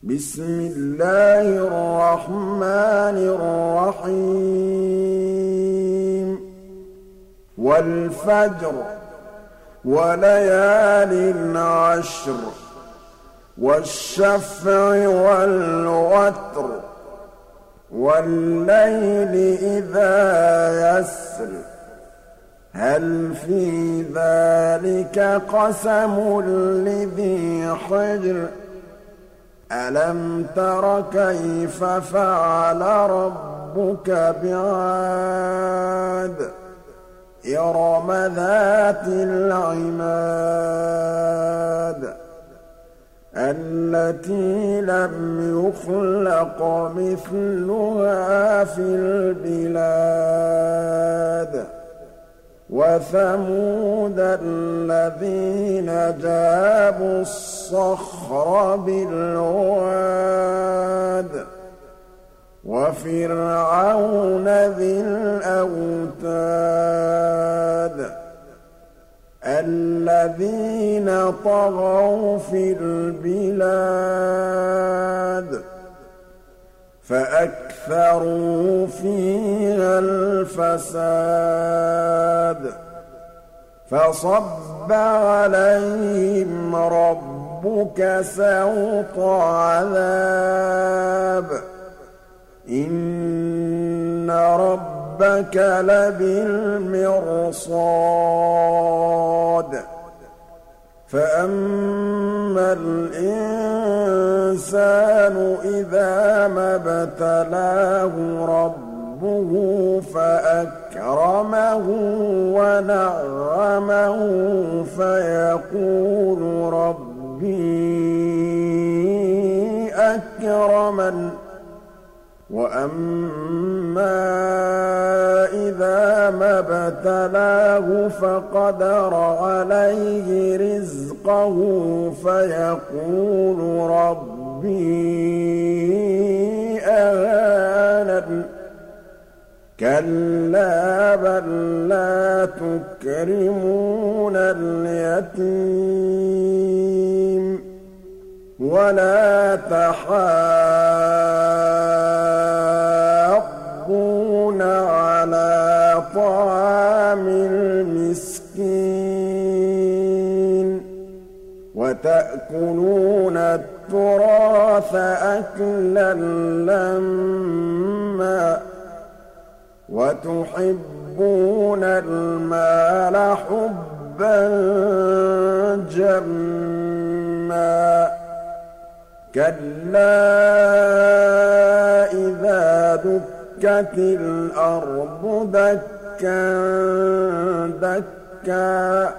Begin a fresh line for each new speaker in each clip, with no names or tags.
بسم الله الرحمن الرحيم والفجر وليال عشر والشفع والوتر والليل إذا يسر هل في ذلك قسم لذي حجر ألم تر كيف فعل ربك بعاد إرم ذات العماد التي لم يخلق مثلها في البلاد وثمود الذين جابوا الصخر بالواد وفرعون ذي الأوتاد الذين طغوا في البلاد فأكثروا فيها الفساد فصب عليهم ربك سوط عذاب إن ربك لبالمرصاد فأما الإنسان إذا ما ابتلاه ربه فأكرمه ونعمه فيقول ربي أكرمن وأما إذا ما ابتلاه فقدر عليه رزقه فيقول ربي أهانن كلا بل لا تكرمون اليتيم ولا تحاضون على طعام المسكين وتأكلون التراث أكلا لما وتحبون المال حبا جما كلا إذا دكت الأرض دكا دكا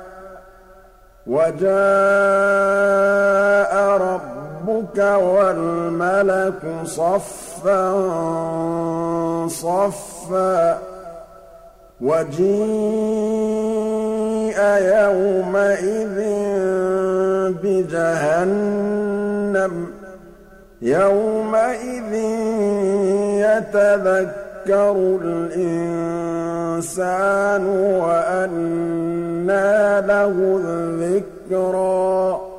وجاء ربك والملك صفا صفا وجيء يومئذ بجهنم يومئذ يتذكر الإنسان وأنى له الذكرى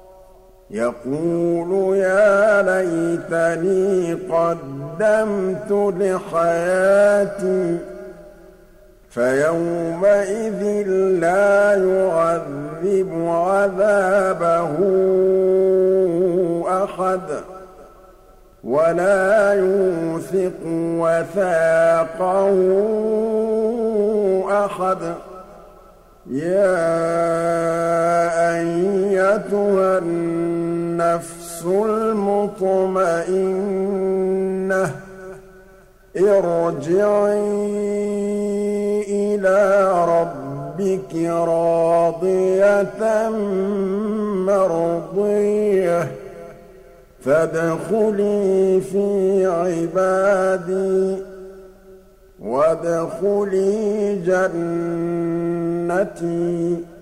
يقول يا ليتني قدمت لحياتي فيومئذ لا يعذب عذابه أحد ولا يوثق وثاقه أحد يا أيتها النفس المطمئنة ارجعي إلى ربك راضية مرضية فادخلي في عبادي وادخلي جنتي